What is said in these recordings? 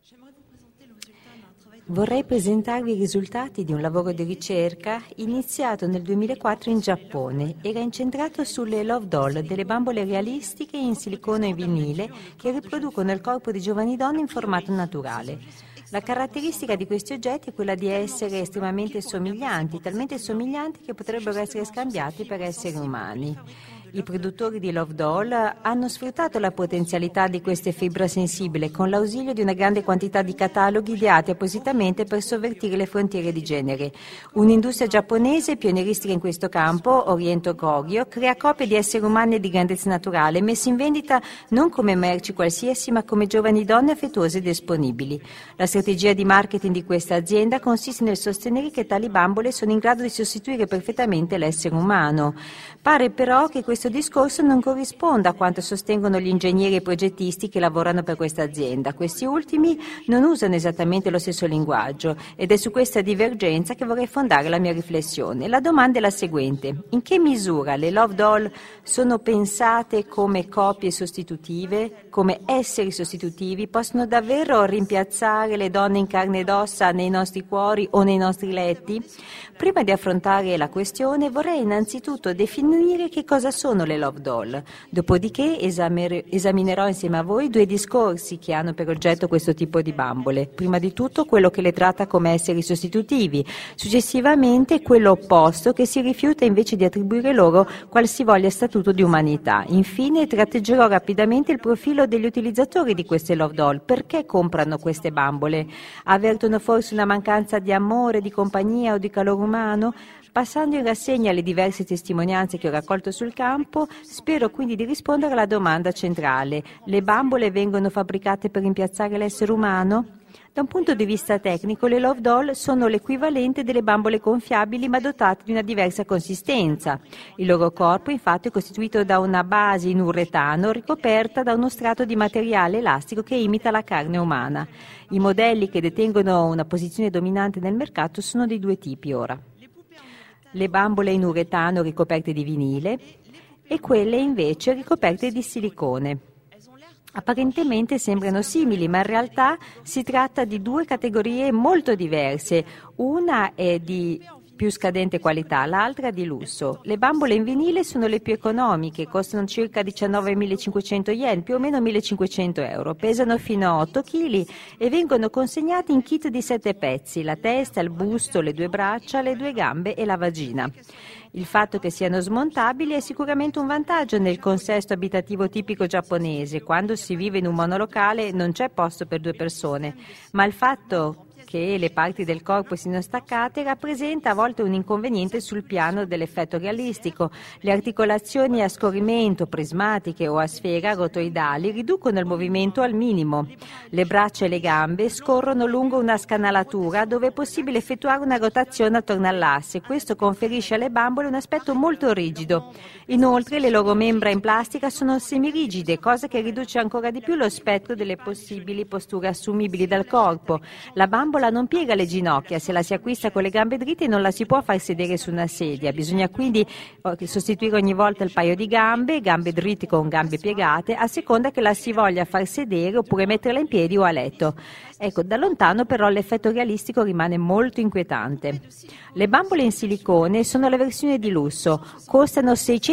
Vorrei presentarvi i risultati di un lavoro di ricerca iniziato nel 2004 in Giappone. Era incentrato sulle Love Doll, delle bambole realistiche in silicone e vinile che riproducono il corpo di giovani donne in formato naturale. La caratteristica di questi oggetti è quella di essere estremamente somiglianti, talmente somiglianti che potrebbero essere scambiati per esseri umani. I produttori di Love Doll hanno sfruttato la potenzialità di queste fibra sensibile con l'ausilio di una grande quantità di cataloghi ideati appositamente per sovvertire le frontiere di genere. Un'industria giapponese pionieristica in questo campo, Oriento Kogyo, crea copie di esseri umani di grandezza naturale messi in vendita non come merci qualsiasi ma come giovani donne affettuose ed esponibili. La strategia di marketing di questa azienda consiste nel sostenere che tali bambole sono in grado di sostituire perfettamente l'essere umano. Pare però che questo discorso non corrisponda a quanto sostengono gli ingegneri e progettisti che lavorano per questa azienda. Questi ultimi non usano esattamente lo stesso linguaggio ed è su questa divergenza che vorrei fondare la mia riflessione. La domanda è la seguente: in che misura le Love Doll sono pensate come copie sostitutive, come esseri sostitutivi? Possono davvero rimpiazzare le donne in carne ed ossa nei nostri cuori o nei nostri letti? Prima di affrontare la questione vorrei innanzitutto definire che cosa sono le Love Doll. Dopodiché esaminerò insieme a voi due discorsi che hanno per oggetto questo tipo di bambole. Prima di tutto quello che le tratta come esseri sostitutivi, successivamente quello opposto che si rifiuta invece di attribuire loro qualsivoglia statuto di umanità. Infine tratteggerò rapidamente il profilo degli utilizzatori di queste Love Doll. Perché comprano queste bambole? Avvertono forse una mancanza di amore, di compagnia o di calore umano? Passando in rassegna le diverse testimonianze che ho raccolto sul campo, spero quindi di rispondere alla domanda centrale: le bambole vengono fabbricate per rimpiazzare l'essere umano? Da un punto di vista tecnico, le Love Doll sono l'equivalente delle bambole gonfiabili ma dotate di una diversa consistenza. Il loro corpo, infatti, è costituito da una base in uretano ricoperta da uno strato di materiale elastico che imita la carne umana. I modelli che detengono una posizione dominante nel mercato sono di due tipi ora: le bambole in uretano ricoperte di vinile e quelle invece ricoperte di silicone. Apparentemente sembrano simili, ma in realtà si tratta di due categorie molto diverse. Una è di più scadente qualità, l'altra di lusso. Le bambole in vinile sono le più economiche, costano circa 19.500 yen, più o meno 1.500 euro, pesano fino a 8 kg e vengono consegnati in kit di 7 pezzi: la testa, il busto, le due braccia, le due gambe e la vagina. Il fatto che siano smontabili è sicuramente un vantaggio nel contesto abitativo tipico giapponese. Quando si vive in un monolocale non c'è posto per due persone, ma il fatto che le parti del corpo siano staccate rappresenta a volte un inconveniente sul piano dell'effetto realistico. Le articolazioni a scorrimento, prismatiche o a sfera rotoidali riducono il movimento al minimo. Le braccia e le gambe scorrono lungo una scanalatura dove è possibile effettuare una rotazione attorno all'asse. Questo conferisce alle bambole un aspetto molto rigido. Inoltre le loro membra in plastica sono semirigide, cosa che riduce ancora di più lo spettro delle possibili posture assumibili dal corpo. La bambola non piega le ginocchia, se la si acquista con le gambe dritte non la si può far sedere su una sedia, bisogna quindi sostituire ogni volta il paio di gambe dritte con gambe piegate, a seconda che la si voglia far sedere oppure metterla in piedi o a letto. Ecco, da lontano però l'effetto realistico rimane molto inquietante. Le bambole in silicone sono la versione di lusso, costano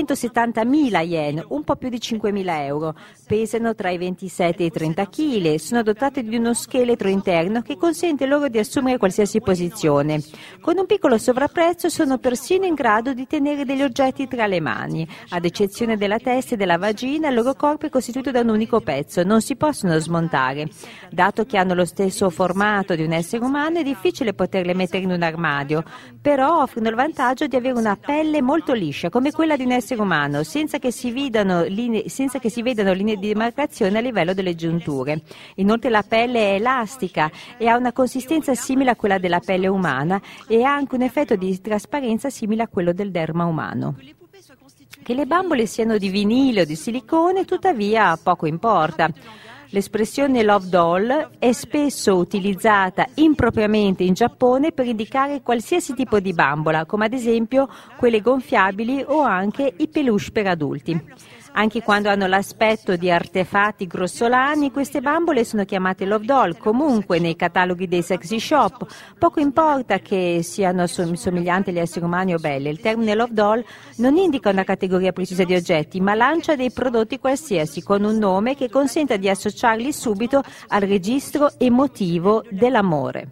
670.000 yen, un po' più di 5.000 euro, pesano tra i 27 e i 30 kg, sono dotate di uno scheletro interno che consente loro di assumere qualsiasi posizione. Con un piccolo sovrapprezzo sono persino in grado di tenere degli oggetti tra le mani. Ad eccezione della testa e della vagina, il loro corpo è costituito da un unico pezzo, non si possono smontare. Dato che hanno lo stesso formato di un essere umano, è difficile poterle mettere in un armadio, però offrono il vantaggio di avere una pelle molto liscia, come quella di un essere umano, senza che si vedano linee di demarcazione a livello delle giunture. Inoltre la pelle è elastica e ha una consistenza simile a quella della pelle umana e ha anche un effetto di trasparenza simile a quello del derma umano. Che le bambole siano di vinile o di silicone, tuttavia, poco importa. L'espressione Love Doll è spesso utilizzata impropriamente in Giappone per indicare qualsiasi tipo di bambola, come ad esempio quelle gonfiabili o anche i peluche per adulti. Anche quando hanno l'aspetto di artefatti grossolani, queste bambole sono chiamate love doll, comunque nei cataloghi dei sexy shop. Poco importa che siano somiglianti agli esseri umani o belle, il termine love doll non indica una categoria precisa di oggetti, ma lancia dei prodotti qualsiasi con un nome che consenta di associarli subito al registro emotivo dell'amore.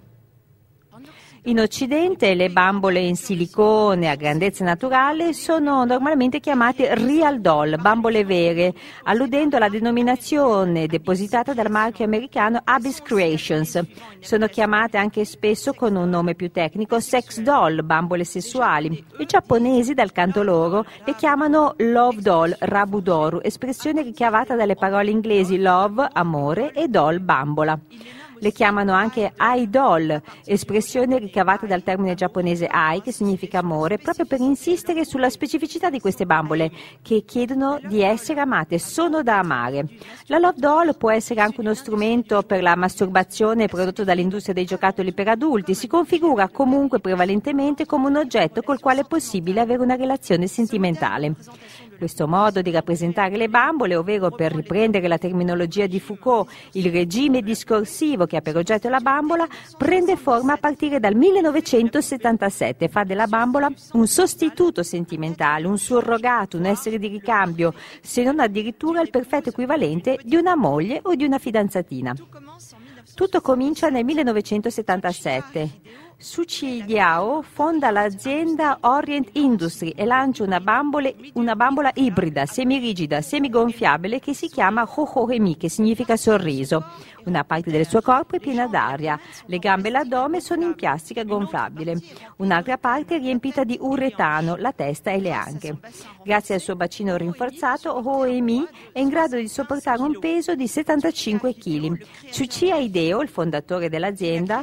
In Occidente le bambole in silicone a grandezza naturale sono normalmente chiamate real doll, bambole vere, alludendo alla denominazione depositata dal marchio americano Abyss Creations. Sono chiamate anche spesso con un nome più tecnico sex doll, bambole sessuali. I giapponesi, dal canto loro, le chiamano love doll, rabudoru, espressione ricavata dalle parole inglesi love, amore, e doll, bambola. Le chiamano anche ai doll, espressione ricavata dal termine giapponese ai, che significa amore, proprio per insistere sulla specificità di queste bambole, che chiedono di essere amate, sono da amare. La love doll può essere anche uno strumento per la masturbazione prodotto dall'industria dei giocattoli per adulti, si configura comunque prevalentemente come un oggetto col quale è possibile avere una relazione sentimentale. Questo modo di rappresentare le bambole, ovvero, per riprendere la terminologia di Foucault, il regime discorsivo che ha per oggetto la bambola, prende forma a partire dal 1977, fa della bambola un sostituto sentimentale, un surrogato, un essere di ricambio, se non addirittura il perfetto equivalente di una moglie o di una fidanzatina. Tutto comincia nel 1977. Suchi Diao fonda l'azienda Orient Industry e lancia una bambola ibrida, semirigida, semigonfiabile che si chiama Hohoemi, che significa sorriso. Una parte del suo corpo è piena d'aria, le gambe e l'addome sono in plastica gonfiabile, un'altra parte è riempita di uretano, la testa e le anche. Grazie al suo bacino rinforzato, Hohoemi è in grado di sopportare un peso di 75 kg. Chuchiya Hideo, il fondatore dell'azienda,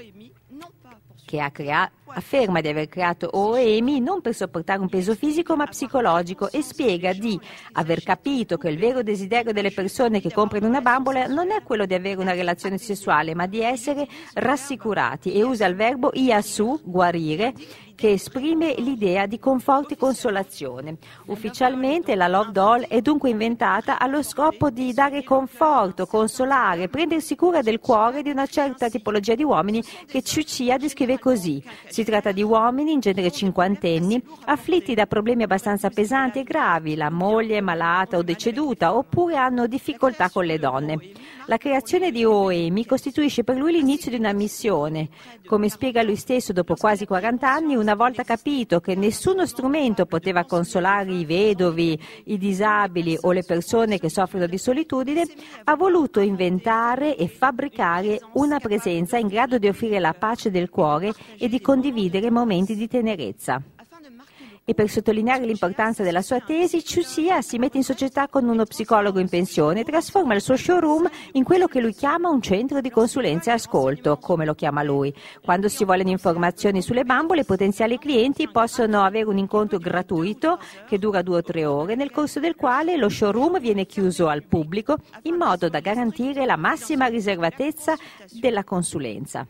che afferma di aver creato Hohoemi non per sopportare un peso fisico ma psicologico, e spiega di aver capito che il vero desiderio delle persone che comprano una bambola non è quello di avere una relazione sessuale ma di essere rassicurati, e usa il verbo iasu, guarire, che esprime l'idea di conforto e consolazione. Ufficialmente la love doll è dunque inventata allo scopo di dare conforto, consolare, prendersi cura del cuore di una certa tipologia di uomini che Chuchiya descrive così. Si tratta di uomini, in genere cinquantenni, afflitti da problemi abbastanza pesanti e gravi, la moglie è malata o deceduta, oppure hanno difficoltà con le donne. La creazione di Hohoemi costituisce per lui l'inizio di una missione. Come spiega lui stesso dopo quasi 40 anni, una volta capito che nessuno strumento poteva consolare i vedovi, i disabili o le persone che soffrono di solitudine, ha voluto inventare e fabbricare una presenza in grado di offrire la pace del cuore e di condividere momenti di tenerezza. E per sottolineare l'importanza della sua tesi, Chuchiya si mette in società con uno psicologo in pensione e trasforma il suo showroom in quello che lui chiama un centro di consulenza e ascolto, come lo chiama lui. Quando si vogliono informazioni sulle bambole, i potenziali clienti possono avere un incontro gratuito che dura 2 o 3 ore, nel corso del quale lo showroom viene chiuso al pubblico in modo da garantire la massima riservatezza della consulenza.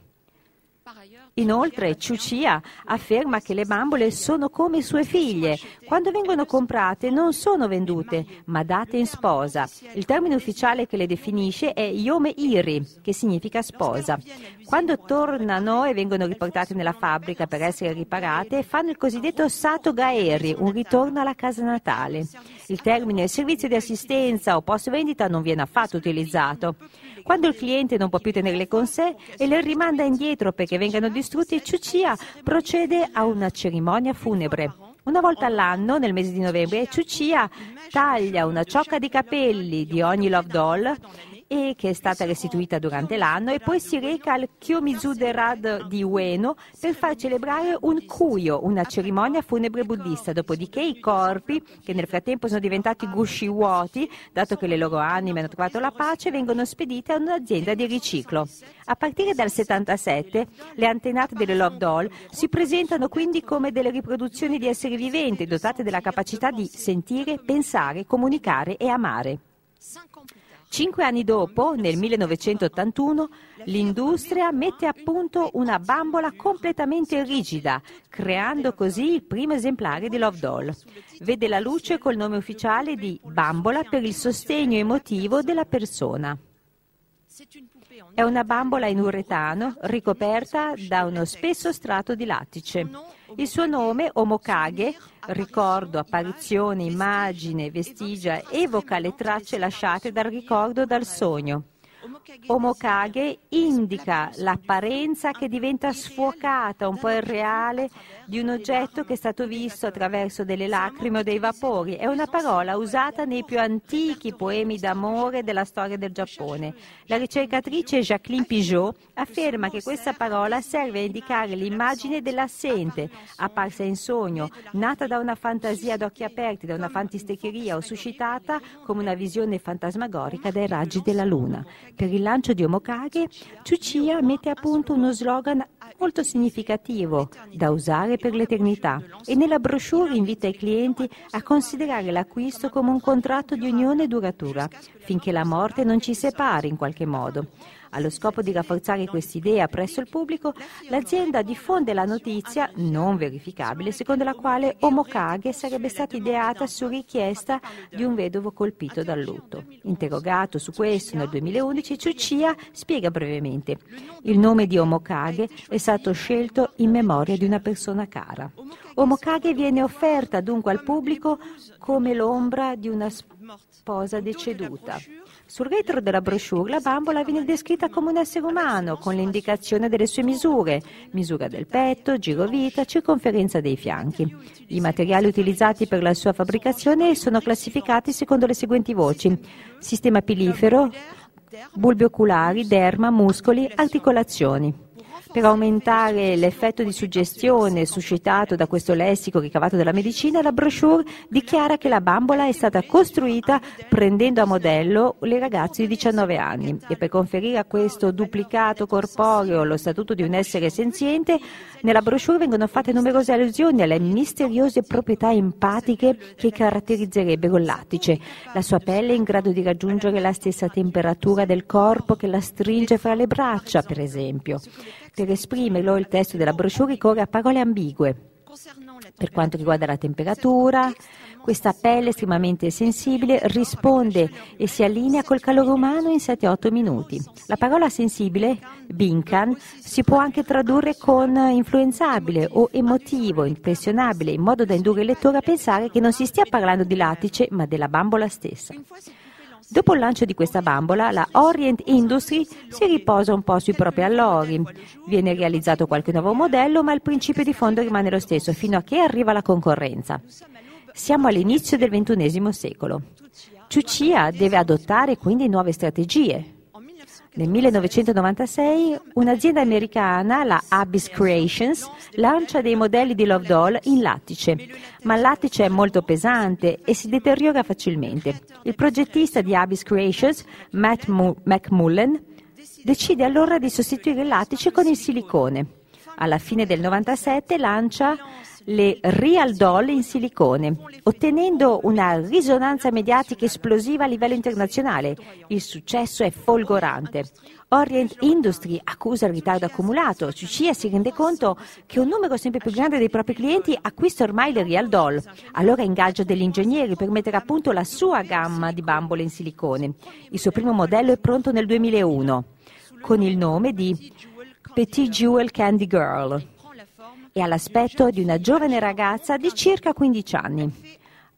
Inoltre, Chuchiya afferma che le bambole sono come sue figlie. Quando vengono comprate non sono vendute, ma date in sposa. Il termine ufficiale che le definisce è Yome Iri, che significa sposa. Quando tornano e vengono riportate nella fabbrica per essere riparate, fanno il cosiddetto Sato Gaeri, un ritorno alla casa natale. Il termine servizio di assistenza o post vendita non viene affatto utilizzato. Quando il cliente non può più tenerle con sé e le rimanda indietro perché vengano distrutti, Chuchiya procede a una cerimonia funebre. Una volta all'anno, nel mese di novembre, Chuchiya taglia una ciocca di capelli di ogni love doll e che è stata restituita durante l'anno, e poi si reca al Kyomizu-derad di Ueno per far celebrare un kuyo, una cerimonia funebre buddista. Dopodiché i corpi, che nel frattempo sono diventati gusci vuoti, dato che le loro anime hanno trovato la pace, vengono spedite a un'azienda di riciclo. A partire dal 77, le antenate delle love doll si presentano quindi come delle riproduzioni di esseri viventi dotate della capacità di sentire, pensare, comunicare e amare. 5 anni dopo, nel 1981, l'industria mette a punto una bambola completamente rigida, creando così il primo esemplare di Love Doll. Vede la luce col nome ufficiale di Bambola per il sostegno emotivo della persona. È una bambola in uretano ricoperta da uno spesso strato di lattice. Il suo nome, Omokage, ricordo, apparizione, immagine, vestigia, evoca le tracce lasciate dal ricordo o dal sogno. Omokage indica l'apparenza che diventa sfocata, un po' irreale, di un oggetto che è stato visto attraverso delle lacrime o dei vapori. È una parola usata nei più antichi poemi d'amore della storia del Giappone. La ricercatrice Jacqueline Pigeot afferma che questa parola serve a indicare l'immagine dell'assente, apparsa in sogno, nata da una fantasia ad occhi aperti, da una fantasticheria o suscitata come una visione fantasmagorica dai raggi della luna. Per il lancio di Omokage, Tsuchiya mette a punto uno slogan molto significativo da usare per l'eternità e nella brochure invita i clienti a considerare l'acquisto come un contratto di unione duratura, finché la morte non ci separi in qualche modo. Allo scopo di rafforzare quest'idea presso il pubblico, l'azienda diffonde la notizia, non verificabile, secondo la quale Omokage sarebbe stata ideata su richiesta di un vedovo colpito dal lutto. Interrogato su questo nel 2011, Tsuchiya spiega brevemente: il nome di Omokage è stato scelto in memoria di una persona cara. Omokage viene offerta dunque al pubblico come l'ombra di una sposa deceduta. Sul retro della brochure la bambola viene descritta come un essere umano, con l'indicazione delle sue misure: misura del petto, girovita, circonferenza dei fianchi. I materiali utilizzati per la sua fabbricazione sono classificati secondo le seguenti voci: sistema pilifero, bulbi oculari, derma, muscoli, articolazioni. Per aumentare l'effetto di suggestione suscitato da questo lessico ricavato dalla medicina, la brochure dichiara che la bambola è stata costruita prendendo a modello le ragazze di 19 anni e per conferire a questo duplicato corporeo lo statuto di un essere senziente, nella brochure vengono fatte numerose allusioni alle misteriose proprietà empatiche che caratterizzerebbero il lattice. La sua pelle è in grado di raggiungere la stessa temperatura del corpo che la stringe fra le braccia, per esempio. Per esprimerlo, il testo della brochure ricorre a parole ambigue. Per quanto riguarda la temperatura, questa pelle estremamente sensibile risponde e si allinea col calore umano in 7-8 minuti. La parola sensibile, binkan, si può anche tradurre con influenzabile o emotivo, impressionabile, in modo da indurre il lettore a pensare che non si stia parlando di lattice, ma della bambola stessa. Dopo il lancio di questa bambola, la Orient Industry si riposa un po' sui propri allori. Viene realizzato qualche nuovo modello, ma il principio di fondo rimane lo stesso, fino a che arriva la concorrenza. Siamo all'inizio del XXI secolo. Tsuchiya deve adottare quindi nuove strategie. Nel 1996 un'azienda americana, la Abyss Creations, lancia dei modelli di Love Doll in lattice, ma il lattice è molto pesante e si deteriora facilmente. Il progettista di Abyss Creations, Matt McMullen, decide allora di sostituire il lattice con il silicone. Alla fine del 97 lancia le Real Doll in silicone, ottenendo una risonanza mediatica esplosiva a livello internazionale. Il successo è folgorante. Orient Industry accusa il ritardo accumulato. Tsuchiya si rende conto che un numero sempre più grande dei propri clienti acquista ormai le Real Doll. Allora ingaggia degli ingegneri per mettere a punto la sua gamma di bambole in silicone. Il suo primo modello è pronto nel 2001 con il nome di Petit Jewel Candy Girl e ha l'aspetto di una giovane ragazza di circa 15 anni.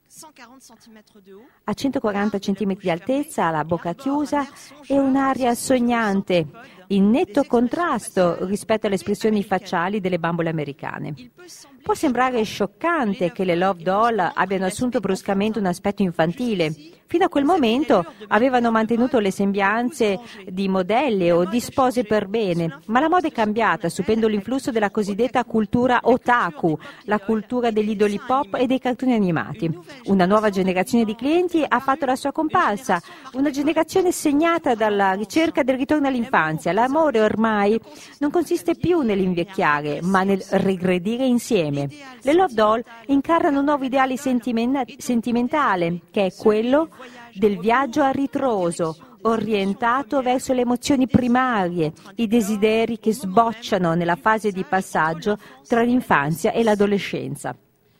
Ha 140 cm di altezza, ha la bocca chiusa e un'aria sognante, in netto contrasto rispetto alle espressioni facciali delle bambole americane. Può sembrare scioccante che le Love Doll abbiano assunto bruscamente un aspetto infantile. Fino a quel momento avevano mantenuto le sembianze di modelle o di spose per bene, ma la moda è cambiata, subendo l'influsso della cosiddetta cultura otaku, la cultura degli idoli pop e dei cartoni animati. Una nuova generazione di clienti ha fatto la sua comparsa, una generazione segnata dalla ricerca del ritorno all'infanzia. L'amore ormai non consiste più nell'invecchiare, ma nel regredire insieme. Le Love Doll incarnano un nuovo ideale sentimentale, che è quello del viaggio a ritroso, orientato verso le emozioni primarie, i desideri che sbocciano nella fase di passaggio tra l'infanzia e l'adolescenza.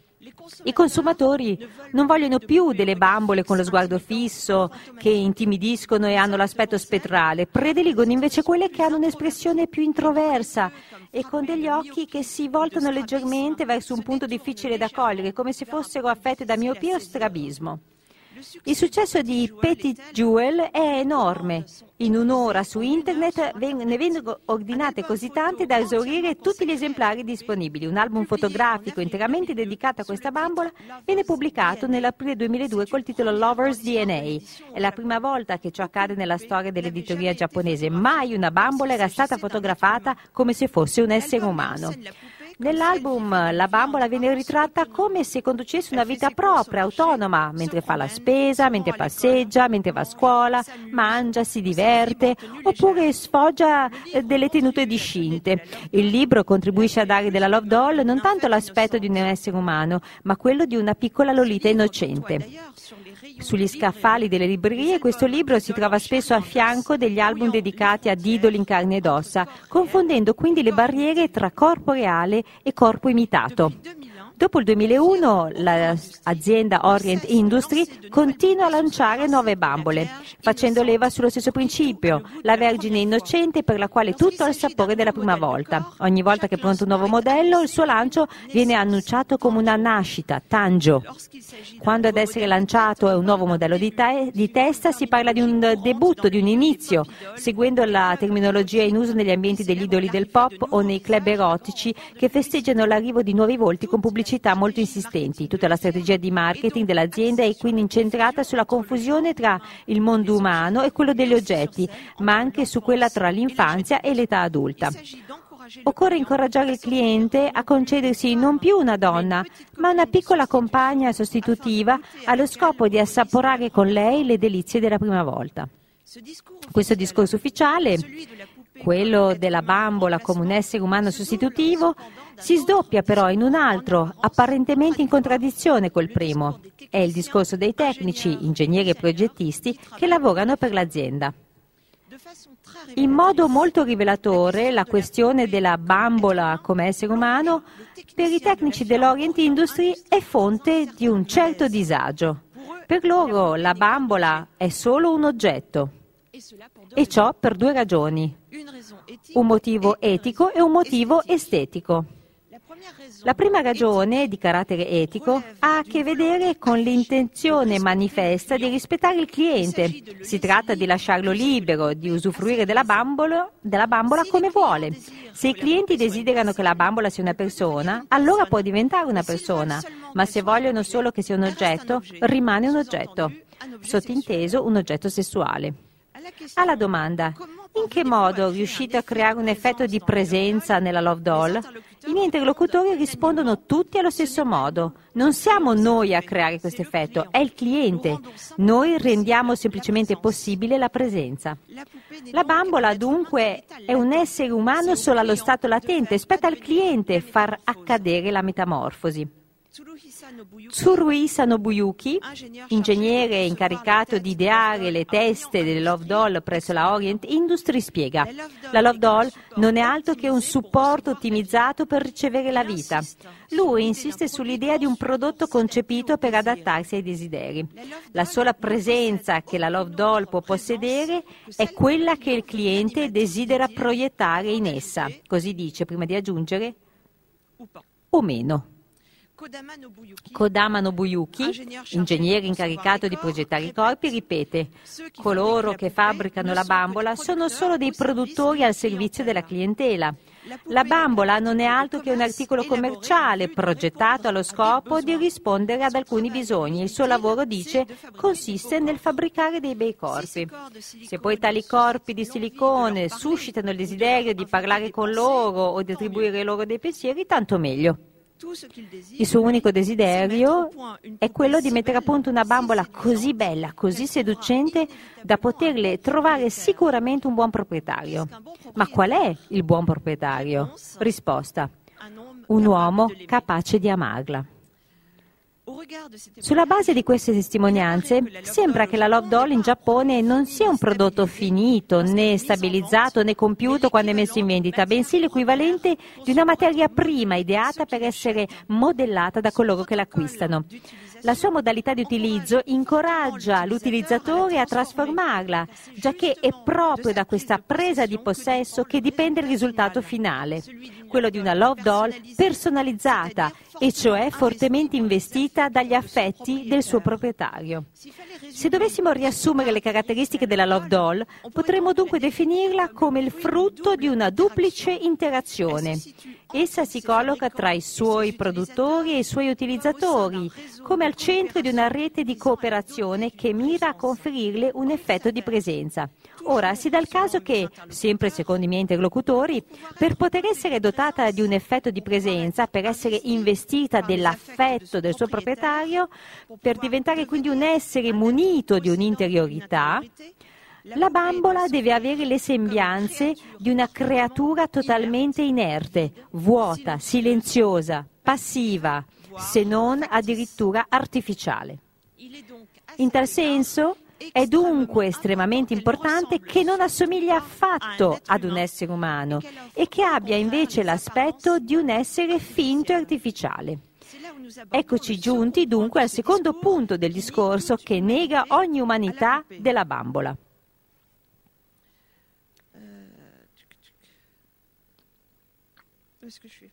I consumatori non vogliono più delle bambole con lo sguardo fisso, che intimidiscono e hanno l'aspetto spettrale, prediligono invece quelle che hanno un'espressione più introversa e con degli occhi che si voltano leggermente verso un punto difficile da cogliere, come se fossero affette da miopia o strabismo. Il successo di Petit Jewel è enorme. In un'ora su internet ne vengono ordinate così tante da esaurire tutti gli esemplari disponibili. Un album fotografico interamente dedicato a questa bambola viene pubblicato nell'aprile 2002 col titolo Lover's DNA. È la prima volta che ciò accade nella storia dell'editoria giapponese. Mai una bambola era stata fotografata come se fosse un essere umano. Nell'album la bambola viene ritratta come se conducesse una vita propria, autonoma, mentre fa la spesa, mentre passeggia, mentre va a scuola, mangia, si diverte oppure sfoggia delle tenute discinte. Il libro contribuisce a dare della Love Doll non tanto l'aspetto di un essere umano, ma quello di una piccola Lolita innocente. Sugli scaffali delle librerie questo libro si trova spesso a fianco degli album dedicati ad idoli in carne ed ossa, confondendo quindi le barriere tra corpo reale e corpo imitato. Dopo il 2001 l'azienda Orient Industry continua a lanciare nuove bambole, facendo leva sullo stesso principio, la vergine innocente per la quale tutto ha il sapore della prima volta. Ogni volta che è pronto un nuovo modello, il suo lancio viene annunciato come una nascita, Tanjo. Quando ad essere lanciato è un nuovo modello di testa, si parla di un debutto, di un inizio, seguendo la terminologia in uso negli ambienti degli idoli del pop o nei club erotici che festeggiano l'arrivo di nuovi volti con pubblicità molto insistenti. Tutta la strategia di marketing dell'azienda è quindi incentrata sulla confusione tra il mondo umano e quello degli oggetti, ma anche su quella tra l'infanzia e l'età adulta. Occorre incoraggiare il cliente a concedersi non più una donna, ma una piccola compagna sostitutiva allo scopo di assaporare con lei le delizie della prima volta. Questo discorso ufficiale, quello della bambola come un essere umano sostitutivo, si sdoppia però in un altro, apparentemente in contraddizione col primo. È il discorso dei tecnici, ingegneri e progettisti che lavorano per l'azienda. In modo molto rivelatore, la questione della bambola come essere umano, per i tecnici dell'Orient Industry, è fonte di un certo disagio. Per loro la bambola è solo un oggetto. E ciò per due ragioni, un motivo etico e un motivo estetico. La prima ragione, di carattere etico, ha a che vedere con l'intenzione manifesta di rispettare il cliente. Si tratta di lasciarlo libero, di usufruire della bambola come vuole. Se i clienti desiderano che la bambola sia una persona, allora può diventare una persona, ma se vogliono solo che sia un oggetto, rimane un oggetto. Sottinteso, un oggetto sessuale. Alla domanda, in che modo riuscite a creare un effetto di presenza nella Love Doll? I miei interlocutori rispondono tutti allo stesso modo. Non siamo noi a creare questo effetto, è il cliente. Noi rendiamo semplicemente possibile la presenza. La bambola dunque è un essere umano solo allo stato latente, spetta al cliente far accadere la metamorfosi. Tsuruisa Nobuyuki, ingegnere incaricato di ideare le teste delle Love Doll presso la Orient Industry, spiega: la Love Doll non è altro che un supporto ottimizzato per ricevere la vita. Lui insiste sull'idea di un prodotto concepito per adattarsi ai desideri. La sola presenza che la Love Doll può possedere è quella che il cliente desidera proiettare in essa. Così dice, prima di aggiungere o meno. Kodama Nobuyuki, ingegnere incaricato di progettare i corpi, ripete: coloro che fabbricano la bambola sono solo dei produttori al servizio della clientela. La bambola non è altro che un articolo commerciale progettato allo scopo di rispondere ad alcuni bisogni. Il suo lavoro, dice, consiste nel fabbricare dei bei corpi. Se poi tali corpi di silicone suscitano il desiderio di parlare con loro o di attribuire loro dei pensieri, tanto meglio. Il suo unico desiderio è quello di mettere a punto una bambola così bella, così seducente, da poterle trovare sicuramente un buon proprietario. Ma qual è il buon proprietario? Risposta: un uomo capace di amarla. Sulla base di queste testimonianze, sembra che la Love Doll in Giappone non sia un prodotto finito, né stabilizzato, né compiuto quando è messo in vendita, bensì l'equivalente di una materia prima ideata per essere modellata da coloro che l'acquistano. La sua modalità di utilizzo incoraggia l'utilizzatore a trasformarla, giacché è proprio da questa presa di possesso che dipende il risultato finale, quello di una Love Doll personalizzata, e cioè fortemente investita dagli affetti del suo proprietario. Se dovessimo riassumere le caratteristiche della Love Doll, potremmo dunque definirla come il frutto di una duplice interazione. Essa si colloca tra i suoi produttori e i suoi utilizzatori, come al centro di una rete di cooperazione che mira a conferirle un effetto di presenza. Ora, si dà il caso che, sempre secondo i miei interlocutori, per poter essere dotata di un effetto di presenza, per essere investita dell'affetto del suo proprietario, per diventare quindi un essere munito di un'interiorità, la bambola deve avere le sembianze di una creatura totalmente inerte, vuota, silenziosa, passiva, se non addirittura artificiale. In tal senso, è dunque estremamente importante che non assomigli affatto ad un essere umano e che abbia invece l'aspetto di un essere finto e artificiale. Eccoci giunti dunque al secondo punto del discorso che nega ogni umanità della bambola. Où est-ce que je suis?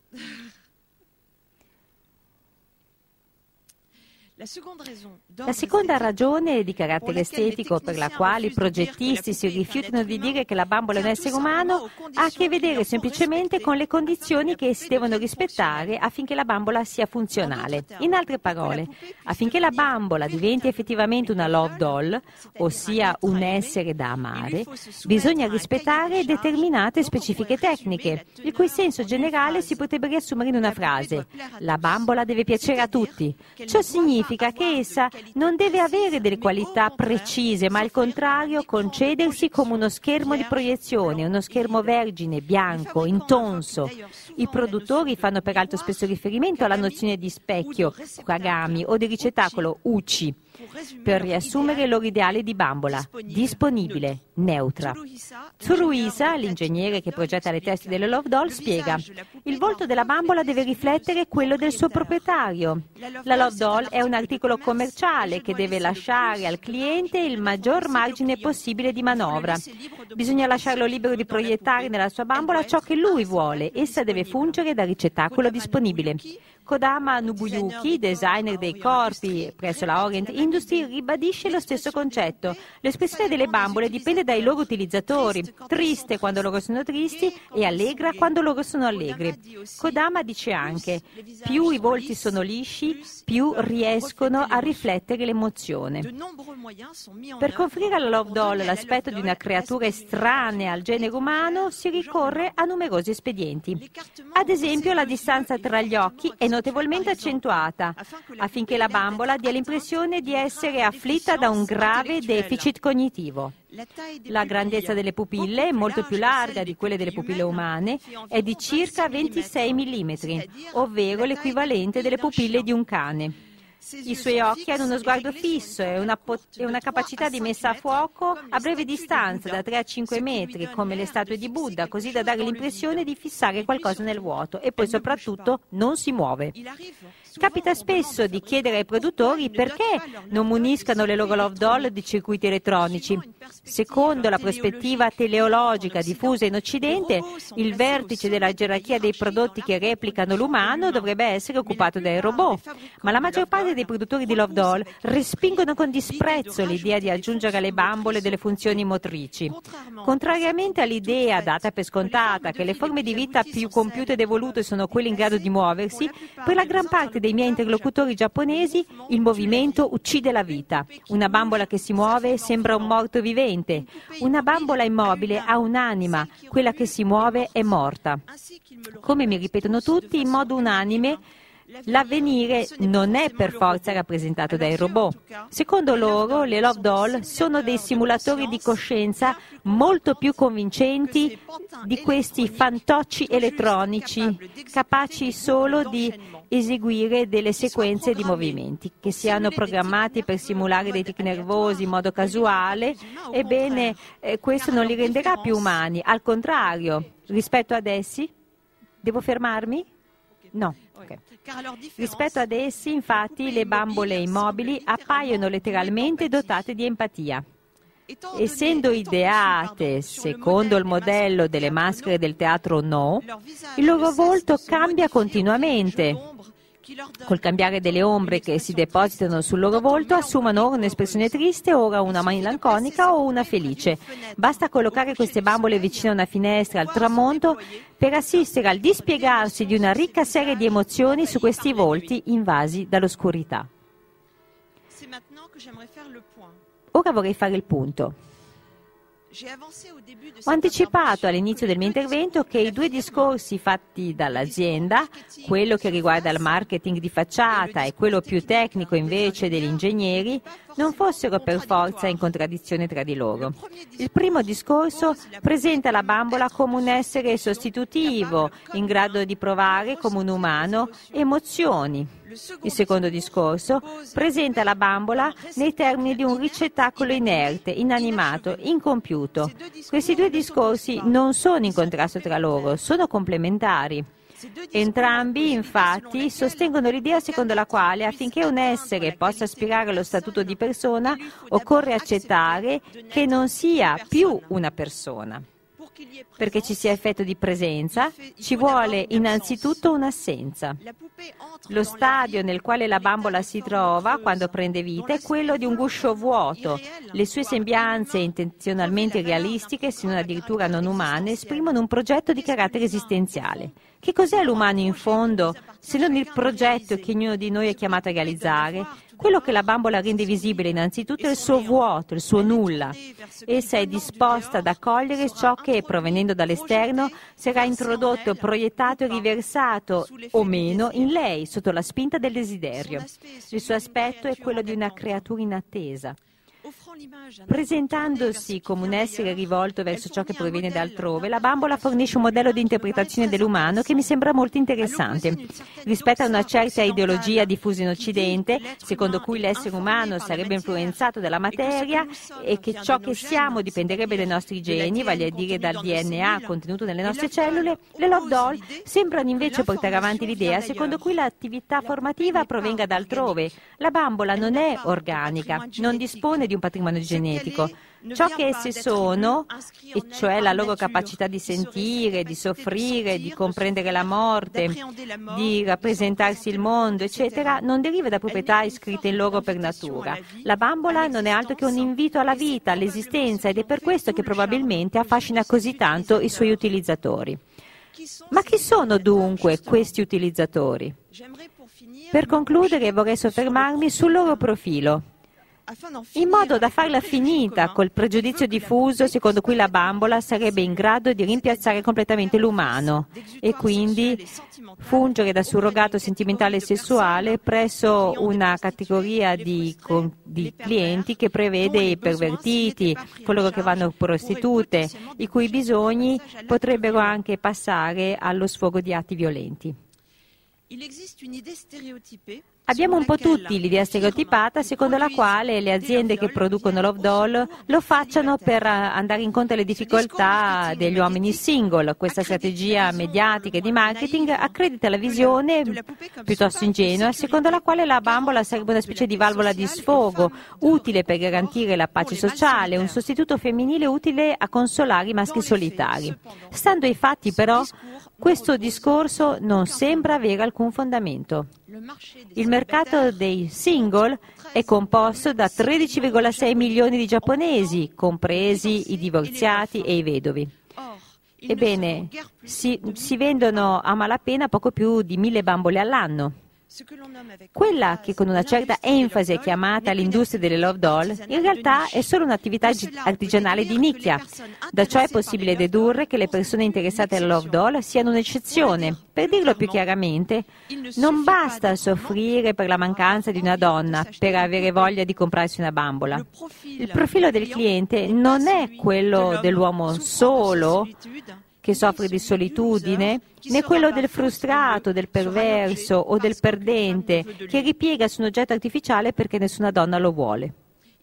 La seconda ragione di carattere estetico per la quale i progettisti si rifiutano di dire che la bambola è un essere umano ha a che vedere semplicemente con le condizioni che si devono rispettare affinché la bambola sia funzionale. In altre parole, affinché la bambola diventi effettivamente una Love Doll, ossia un essere da amare, bisogna rispettare determinate specifiche tecniche, il cui senso generale si potrebbe riassumere in una frase: la bambola deve piacere a tutti. Ciò significa che essa non deve avere delle qualità precise, ma al contrario concedersi come uno schermo di proiezione, uno schermo vergine, bianco, intonso. I produttori fanno peraltro spesso riferimento alla nozione di specchio, kagami, o di ricettacolo, uchi, per riassumere il loro ideale di bambola: disponibile, neutra. Tsuruisa, l'ingegnere che progetta le teste delle Love Doll, spiega: il volto della bambola deve riflettere quello del suo proprietario. La Love Doll è un articolo commerciale che deve lasciare al cliente il maggior margine possibile di manovra. Bisogna lasciarlo libero di proiettare nella sua bambola ciò che lui vuole. Essa deve fungere da ricettacolo disponibile. Kodama Nobuyuki, designer dei corpi presso la Orient Industry, ribadisce lo stesso concetto. L'espressione delle bambole dipende dai loro utilizzatori, triste quando loro sono tristi e allegra quando loro sono allegri. Kodama dice anche: più i volti sono lisci, più riescono a riflettere l'emozione. Per conferire alla Love Doll l'aspetto di una creatura estranea al genere umano si ricorre a numerosi espedienti. Ad esempio, la distanza tra gli occhi è notevolmente accentuata, affinché la bambola dia l'impressione di essere afflitta da un grave deficit cognitivo. La grandezza delle pupille è molto più larga di quelle delle pupille umane, è di circa 26 mm, ovvero l'equivalente delle pupille di un cane. I suoi occhi hanno uno sguardo fisso e una capacità di messa a fuoco a breve distanza, da 3 a 5 metri, come le statue di Buddha, così da dare l'impressione di fissare qualcosa nel vuoto, e poi soprattutto non si muove. Capita spesso di chiedere ai produttori perché non muniscano le loro Love Doll di circuiti elettronici. Secondo la prospettiva teleologica diffusa in Occidente, il vertice della gerarchia dei prodotti che replicano l'umano dovrebbe essere occupato dai robot, ma la maggior parte dei produttori di Love Doll respingono con disprezzo l'idea di aggiungere alle bambole delle funzioni motrici. Contrariamente all'idea data per scontata che le forme di vita più compiute ed evolute sono quelle in grado di muoversi, per la gran parte dei miei interlocutori giapponesi il movimento uccide la vita. Una bambola che si muove sembra un morto vivente. Una bambola immobile ha un'anima, quella che si muove è morta. Come mi ripetono tutti in modo unanime, l'avvenire non è per forza rappresentato dai robot. Secondo loro, le Love Doll sono dei simulatori di coscienza molto più convincenti di questi fantocci elettronici, capaci solo di eseguire delle sequenze di movimenti, che siano programmati per simulare dei tic nervosi in modo casuale. Ebbene, questo non li renderà più umani. Al contrario, rispetto ad essi, devo fermarmi? No. Okay. Rispetto ad essi, infatti, le bambole immobili appaiono letteralmente dotate di empatia. Essendo ideate secondo il modello delle maschere del teatro No, il loro volto cambia continuamente. Col cambiare delle ombre che si depositano sul loro volto assumono ora un'espressione triste, ora una melanconica o una felice. Basta collocare queste bambole vicino a una finestra al tramonto per assistere al dispiegarsi di una ricca serie di emozioni su questi volti invasi dall'oscurità. Ora vorrei fare il punto. Ho anticipato all'inizio del mio intervento che i due discorsi fatti dall'azienda, quello che riguarda il marketing di facciata e quello più tecnico invece degli ingegneri, non fossero per forza in contraddizione tra di loro. Il primo discorso presenta la bambola come un essere sostitutivo, in grado di provare come un umano emozioni. Il secondo discorso presenta la bambola nei termini di un ricettacolo inerte, inanimato, incompiuto. Questi due discorsi non sono in contrasto tra loro, sono complementari. Entrambi, infatti, sostengono l'idea secondo la quale affinché un essere possa aspirare allo statuto di persona, occorre accettare che non sia più una persona. Perché ci sia effetto di presenza, ci vuole innanzitutto un'assenza. Lo stadio nel quale la bambola si trova quando prende vita è quello di un guscio vuoto. Le sue sembianze intenzionalmente realistiche, se non addirittura non umane, esprimono un progetto di carattere esistenziale. Che cos'è l'umano in fondo, se non il progetto che ognuno di noi è chiamato a realizzare? Quello che la bambola rende visibile innanzitutto è il suo vuoto, il suo nulla. Essa è disposta ad accogliere ciò che, provenendo dall'esterno, sarà introdotto, proiettato e riversato o meno in lei, sotto la spinta del desiderio. Il suo aspetto è quello di una creatura in attesa. Presentandosi come un essere rivolto verso ciò che proviene da altrove, la bambola fornisce un modello di interpretazione dell'umano che mi sembra molto interessante. Rispetto a una certa ideologia diffusa in Occidente, secondo cui l'essere umano sarebbe influenzato dalla materia e che ciò che siamo dipenderebbe dai nostri geni, vale a dire dal DNA contenuto nelle nostre cellule, le Love Doll sembrano invece portare avanti l'idea secondo cui l'attività formativa provenga da altrove. La bambola non è organica, non dispone di un patrimonio genetico. Ciò che esse sono, e cioè la loro capacità di sentire, di soffrire, di comprendere la morte, di rappresentarsi il mondo, eccetera, non deriva da proprietà iscritte in loro per natura. La bambola non è altro che un invito alla vita, all'esistenza, ed è per questo che probabilmente affascina così tanto i suoi utilizzatori. Ma chi sono dunque questi utilizzatori? Per concludere vorrei soffermarmi sul loro profilo, in modo da farla finita col pregiudizio diffuso secondo cui la bambola sarebbe in grado di rimpiazzare completamente l'umano e quindi fungere da surrogato sentimentale e sessuale presso una categoria di clienti che prevede i pervertiti, coloro che vanno prostitute, i cui bisogni potrebbero anche passare allo sfogo di atti violenti. Abbiamo un po' tutti l'idea stereotipata secondo la quale le aziende che producono Love Doll lo facciano per andare incontro alle difficoltà degli uomini single. Questa strategia mediatica e di marketing accredita la visione piuttosto ingenua secondo la quale la bambola sarebbe una specie di valvola di sfogo utile per garantire la pace sociale, un sostituto femminile utile a consolare i maschi solitari. Stando ai fatti però, questo discorso non sembra avere alcun fondamento. Il mercato dei single è composto da 13,6 milioni di giapponesi, compresi i divorziati e i vedovi. Ebbene, si vendono a malapena poco più di 1.000 bambole all'anno. Quella che con una certa enfasi è chiamata l'industria delle love doll, in realtà è solo un'attività artigianale di nicchia. Da ciò è possibile dedurre che le persone interessate alle love doll siano un'eccezione. Per dirlo più chiaramente, non basta soffrire per la mancanza di una donna per avere voglia di comprarsi una bambola. Il profilo del cliente non è quello dell'uomo solo che soffre di solitudine, né quello del frustrato, del perverso o del perdente che ripiega su un oggetto artificiale perché nessuna donna lo vuole.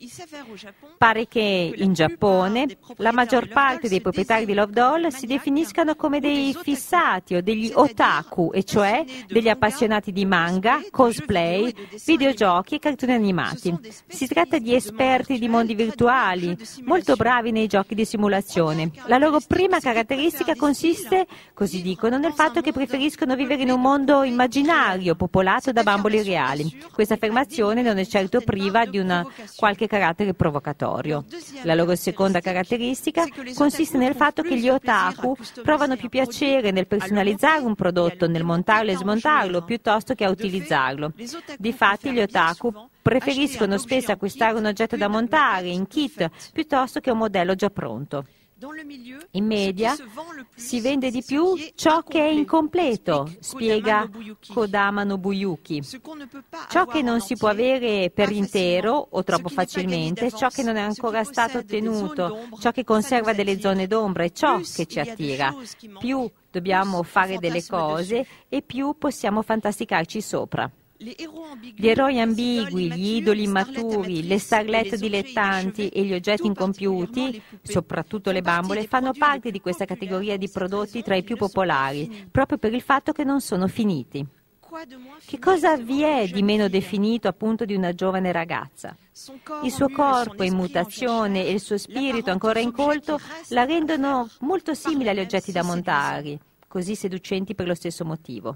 Pare che in Giappone la maggior parte dei proprietari di love doll si definiscano come dei fissati o degli otaku, e cioè degli appassionati di manga, cosplay, videogiochi e cartoni animati. Si tratta di esperti di mondi virtuali, molto bravi nei giochi di simulazione. La loro prima caratteristica consiste, così dicono, nel fatto che preferiscono vivere in un mondo immaginario, popolato da bambole reali. Questa affermazione non è certo priva di una qualche carattere provocatorio. La loro seconda caratteristica consiste nel fatto che gli otaku provano più piacere nel personalizzare un prodotto, nel montarlo e smontarlo, piuttosto che a utilizzarlo. Difatti gli otaku preferiscono spesso acquistare un oggetto da montare in kit piuttosto che un modello già pronto. In media si vende di più ciò che è incompleto, spiega Kodama Nobuyuki. Ciò che non si può avere per intero o troppo facilmente, ciò che non è ancora stato ottenuto, ciò che conserva delle zone d'ombra è ciò che ci attira. Più dobbiamo fare delle cose e più possiamo fantasticarci sopra. Gli eroi ambigui, gli idoli immaturi, le starlet dilettanti e gli oggetti incompiuti, soprattutto le bambole, fanno parte di questa categoria di prodotti tra i più popolari, proprio per il fatto che non sono finiti. Che cosa vi è di meno definito appunto di una giovane ragazza? Il suo corpo in mutazione e il suo spirito ancora incolto la rendono molto simile agli oggetti da montare, così seducenti per lo stesso motivo.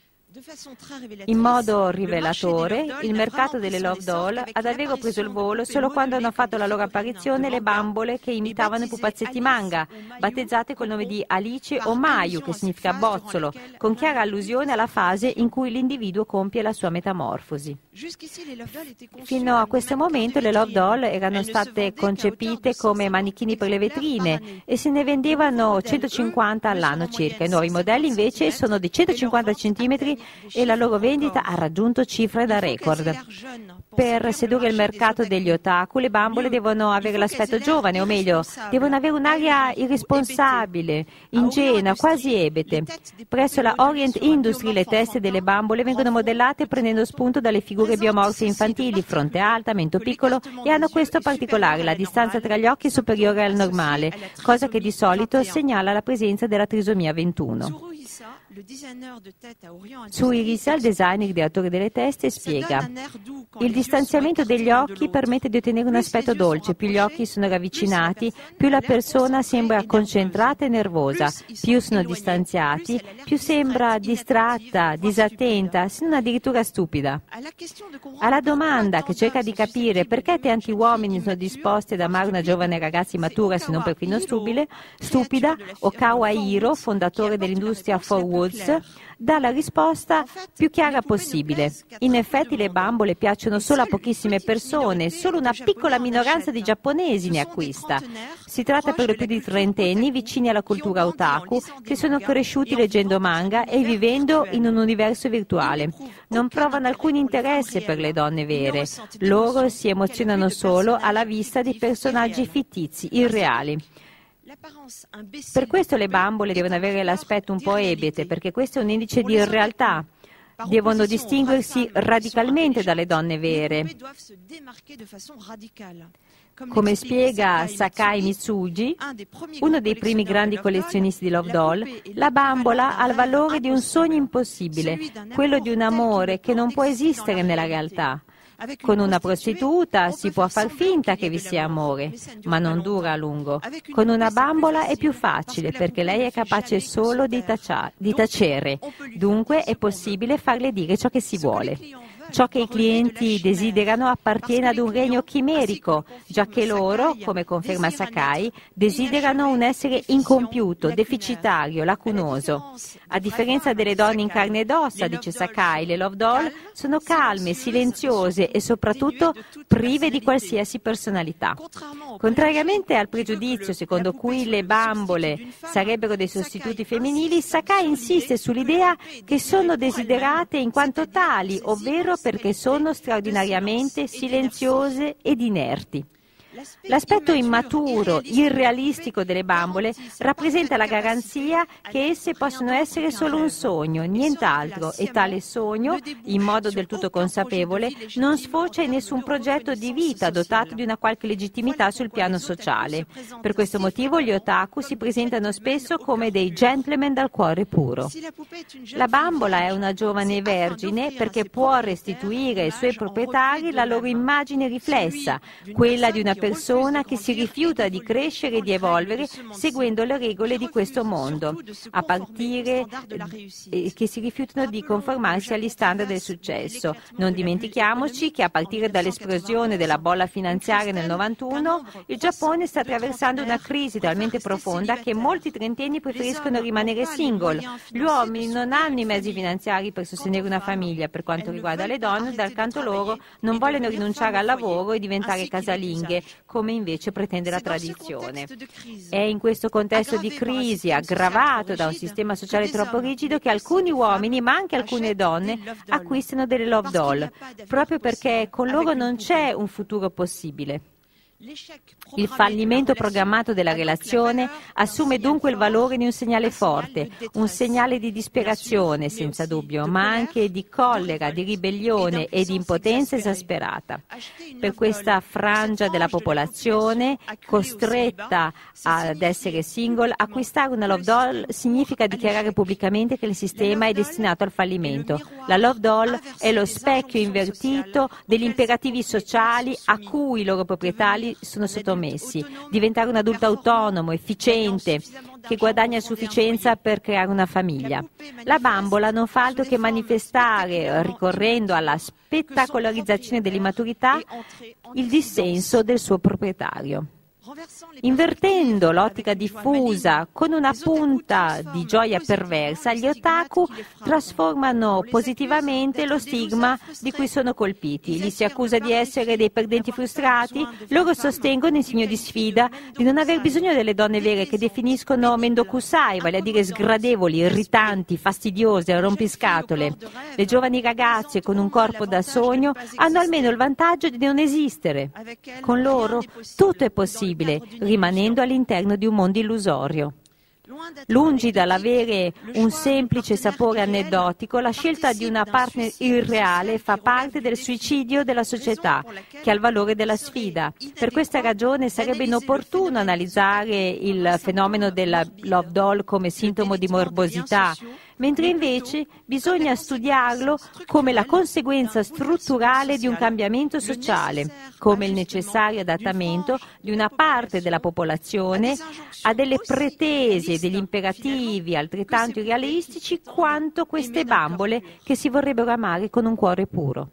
In modo rivelatore, il mercato delle love doll ha davvero preso il volo solo quando hanno fatto la loro apparizione le bambole che imitavano i pupazzetti manga, battezzate col nome di Alice o Mayu, che significa bozzolo, con chiara allusione alla fase in cui l'individuo compie la sua metamorfosi. Fino a questo momento le love doll erano state concepite come manichini per le vetrine e se ne vendevano 150 all'anno circa. I nuovi modelli invece sono di 150 cm e la loro vendita ha raggiunto cifre da record. Per sedurre il mercato degli otaku, le bambole devono avere l'aspetto giovane, o meglio, devono avere un'aria irresponsabile, ingenua, quasi ebete. Presso la Orient Industry le teste delle bambole vengono modellate prendendo spunto dalle figure biomorfe infantili, fronte alta, mento piccolo, e hanno questo particolare: la distanza tra gli occhi è superiore al normale, cosa che di solito segnala la presenza della trisomia 21. Tsui Risa, il designer ideatore delle teste, spiega: il distanziamento degli occhi permette di ottenere un aspetto dolce. Più gli occhi sono ravvicinati, più la persona sembra concentrata e nervosa. Più sono distanziati, più sembra distratta, disattenta, se non addirittura stupida. Alla domanda che cerca di capire perché tanti uomini sono disposti ad amare una giovane ragazza immatura se non perfino stupida, Okawa Hiro, fondatore dell'industria Forwoods, dà la risposta più chiara possibile. In effetti le bambole piacciono solo a pochissime persone, solo una piccola minoranza di giapponesi ne acquista. Si tratta per lo più di trentenni vicini alla cultura otaku che sono cresciuti leggendo manga e vivendo in un universo virtuale. Non provano alcun interesse per le donne vere. Loro si emozionano solo alla vista di personaggi fittizi, irreali. Per questo le bambole devono avere l'aspetto un po' ebete, perché questo è un indice di irrealtà. Devono distinguersi radicalmente dalle donne vere. Come spiega Sakai Mitsuji, uno dei primi grandi collezionisti di love doll, la bambola ha il valore di un sogno impossibile, quello di un amore che non può esistere nella realtà. Con una prostituta si può far finta che vi sia amore, ma non dura a lungo. Con una bambola è più facile, perché lei è capace solo di tacere. Dunque è possibile farle dire ciò che si vuole. Ciò che i clienti desiderano appartiene ad un regno chimerico, giacché loro, come conferma Sakai, desiderano un essere incompiuto, deficitario, lacunoso. A differenza delle donne in carne ed ossa, dice Sakai, le love doll sono calme, silenziose e soprattutto prive di qualsiasi personalità. Contrariamente al pregiudizio secondo cui le bambole sarebbero dei sostituti femminili, Sakai insiste sull'idea che sono desiderate in quanto tali, ovvero perché sono straordinariamente silenziose ed inerti. L'aspetto immaturo, irrealistico delle bambole rappresenta la garanzia che esse possono essere solo un sogno, nient'altro, e tale sogno, in modo del tutto consapevole, non sfocia in nessun progetto di vita dotato di una qualche legittimità sul piano sociale. Per questo motivo gli otaku si presentano spesso come dei gentleman dal cuore puro. La bambola è una giovane vergine perché può restituire ai suoi proprietari la loro immagine riflessa, quella di una persona che si rifiuta di crescere e di evolvere seguendo le regole di questo mondo, a partire che si rifiutano di conformarsi agli standard del successo. Non dimentichiamoci che a partire dall'esplosione della bolla finanziaria nel 91, il Giappone sta attraversando una crisi talmente profonda che molti trentenni preferiscono rimanere single. Gli uomini non hanno i mezzi finanziari per sostenere una famiglia. Per quanto riguarda le donne, dal canto loro non vogliono rinunciare al lavoro e diventare casalinghe, come invece pretende la tradizione. È in questo contesto di crisi, aggravato da un sistema sociale troppo rigido, che alcuni uomini, ma anche alcune donne, acquistano delle love doll, proprio perché con loro non c'è un futuro possibile. Il fallimento programmato della relazione assume dunque il valore di un segnale forte, un segnale di disperazione senza dubbio, ma anche di collera, di ribellione e di impotenza esasperata. Per questa frangia della popolazione, costretta ad essere single, acquistare una love doll significa dichiarare pubblicamente che il sistema è destinato al fallimento. La love doll è lo specchio invertito degli imperativi sociali a cui i loro proprietari sono sottomessi. Diventare un adulto autonomo, efficiente, che guadagna a sufficienza per creare una famiglia. La bambola non fa altro che manifestare, ricorrendo alla spettacolarizzazione dell'immaturità, il dissenso del suo proprietario. Invertendo l'ottica diffusa con una punta di gioia perversa, gli otaku trasformano positivamente lo stigma di cui sono colpiti. Li si accusa di essere dei perdenti frustrati, loro sostengono in segno di sfida di non aver bisogno delle donne vere che definiscono mendokusai, vale a dire sgradevoli, irritanti, fastidiose, rompiscatole. Le giovani ragazze con un corpo da sogno hanno almeno il vantaggio di non esistere. Con loro tutto è possibile, rimanendo all'interno di un mondo illusorio. Lungi dall'avere un semplice sapore aneddotico, la scelta di una partner irreale fa parte del suicidio della società, che ha il valore della sfida. Per questa ragione sarebbe inopportuno analizzare il fenomeno della love doll come sintomo di morbosità, mentre invece bisogna studiarlo come la conseguenza strutturale di un cambiamento sociale, come il necessario adattamento di una parte della popolazione a delle pretese e degli imperativi altrettanto irrealistici quanto queste bambole che si vorrebbero amare con un cuore puro.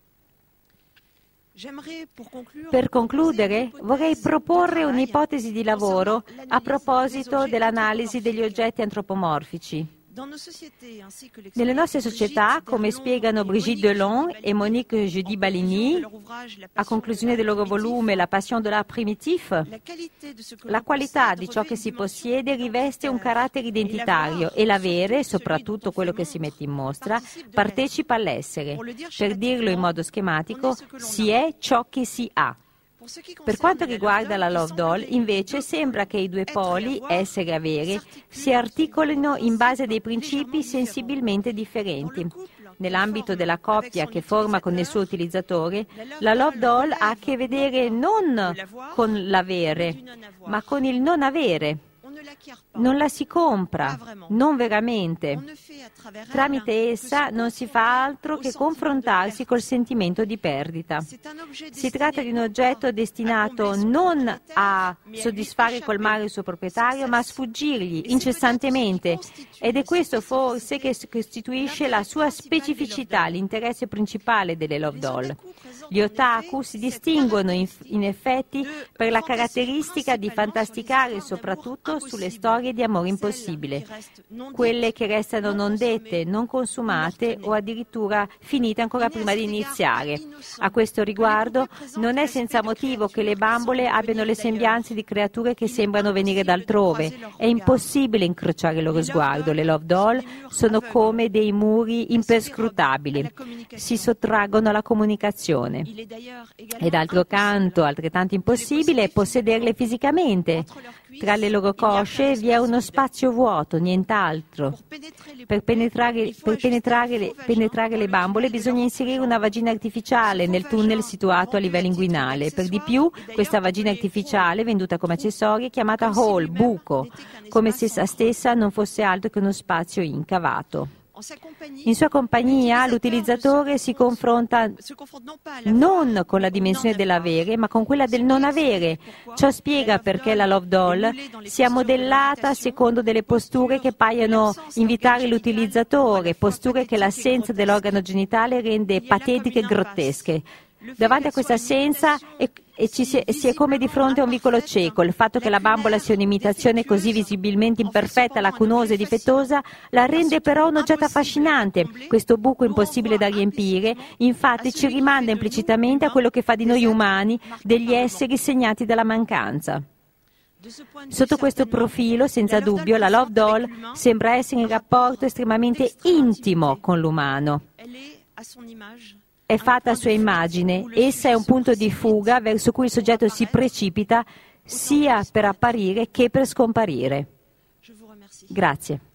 Per concludere, vorrei proporre un'ipotesi di lavoro a proposito dell'analisi degli oggetti antropomorfici. Nelle nostre società, come spiegano Brigitte Delon e Monique Judy-Baligny, a conclusione del loro volume La passion de l'art primitif, la qualità di ciò che si possiede riveste un carattere identitario e l'avere, soprattutto quello che si mette in mostra, partecipa all'essere. Per dirlo in modo schematico, si è ciò che si ha. Per quanto riguarda la love doll, invece, sembra che i due poli, essere e avere, si articolino in base a dei principi sensibilmente differenti. Nell'ambito della coppia che forma con il suo utilizzatore, la love doll ha a che vedere non con l'avere, ma con il non avere. Non la si compra, non veramente. Tramite essa non si fa altro che confrontarsi col sentimento di perdita. Si tratta di un oggetto destinato non a soddisfare e colmare il suo proprietario, ma a sfuggirgli incessantemente. Ed è questo forse che costituisce la sua specificità, l'interesse principale delle Love Doll. Gli otaku si distinguono in effetti per la caratteristica di fantasticare soprattutto sulle storie di amore impossibile, quelle che restano non dette, non consumate o addirittura finite ancora prima di iniziare. A questo riguardo non è senza motivo che le bambole abbiano le sembianze di creature che sembrano venire d'altrove. È impossibile incrociare il loro sguardo. Le Love Doll sono come dei muri imperscrutabili, si sottraggono alla comunicazione. E d'altro canto, altrettanto impossibile è possederle fisicamente. Tra le loro cosce vi è uno spazio vuoto, nient'altro. Per penetrare le bambole bisogna inserire una vagina artificiale nel tunnel situato a livello inguinale. Per di più, questa vagina artificiale, venduta come accessorio, è chiamata hole, buco, come se essa stessa non fosse altro che uno spazio incavato. In sua compagnia l'utilizzatore si confronta non con la dimensione dell'avere, ma con quella del non avere. Ciò spiega perché la Love Doll sia modellata secondo delle posture che paiono invitare l'utilizzatore, posture che l'assenza dell'organo genitale rende patetiche e grottesche. Davanti a questa assenza si è come di fronte a un vicolo cieco. Il fatto che la bambola sia un'imitazione così visibilmente imperfetta, lacunosa e difettosa la rende però un oggetto affascinante. Questo buco impossibile da riempire, infatti, ci rimanda implicitamente a quello che fa di noi umani degli esseri segnati dalla mancanza. Sotto questo profilo, senza dubbio, la Love Doll sembra essere in rapporto estremamente intimo con l'umano. È fatta a sua immagine, essa è un punto di fuga verso cui il soggetto si precipita sia per apparire che per scomparire. Grazie.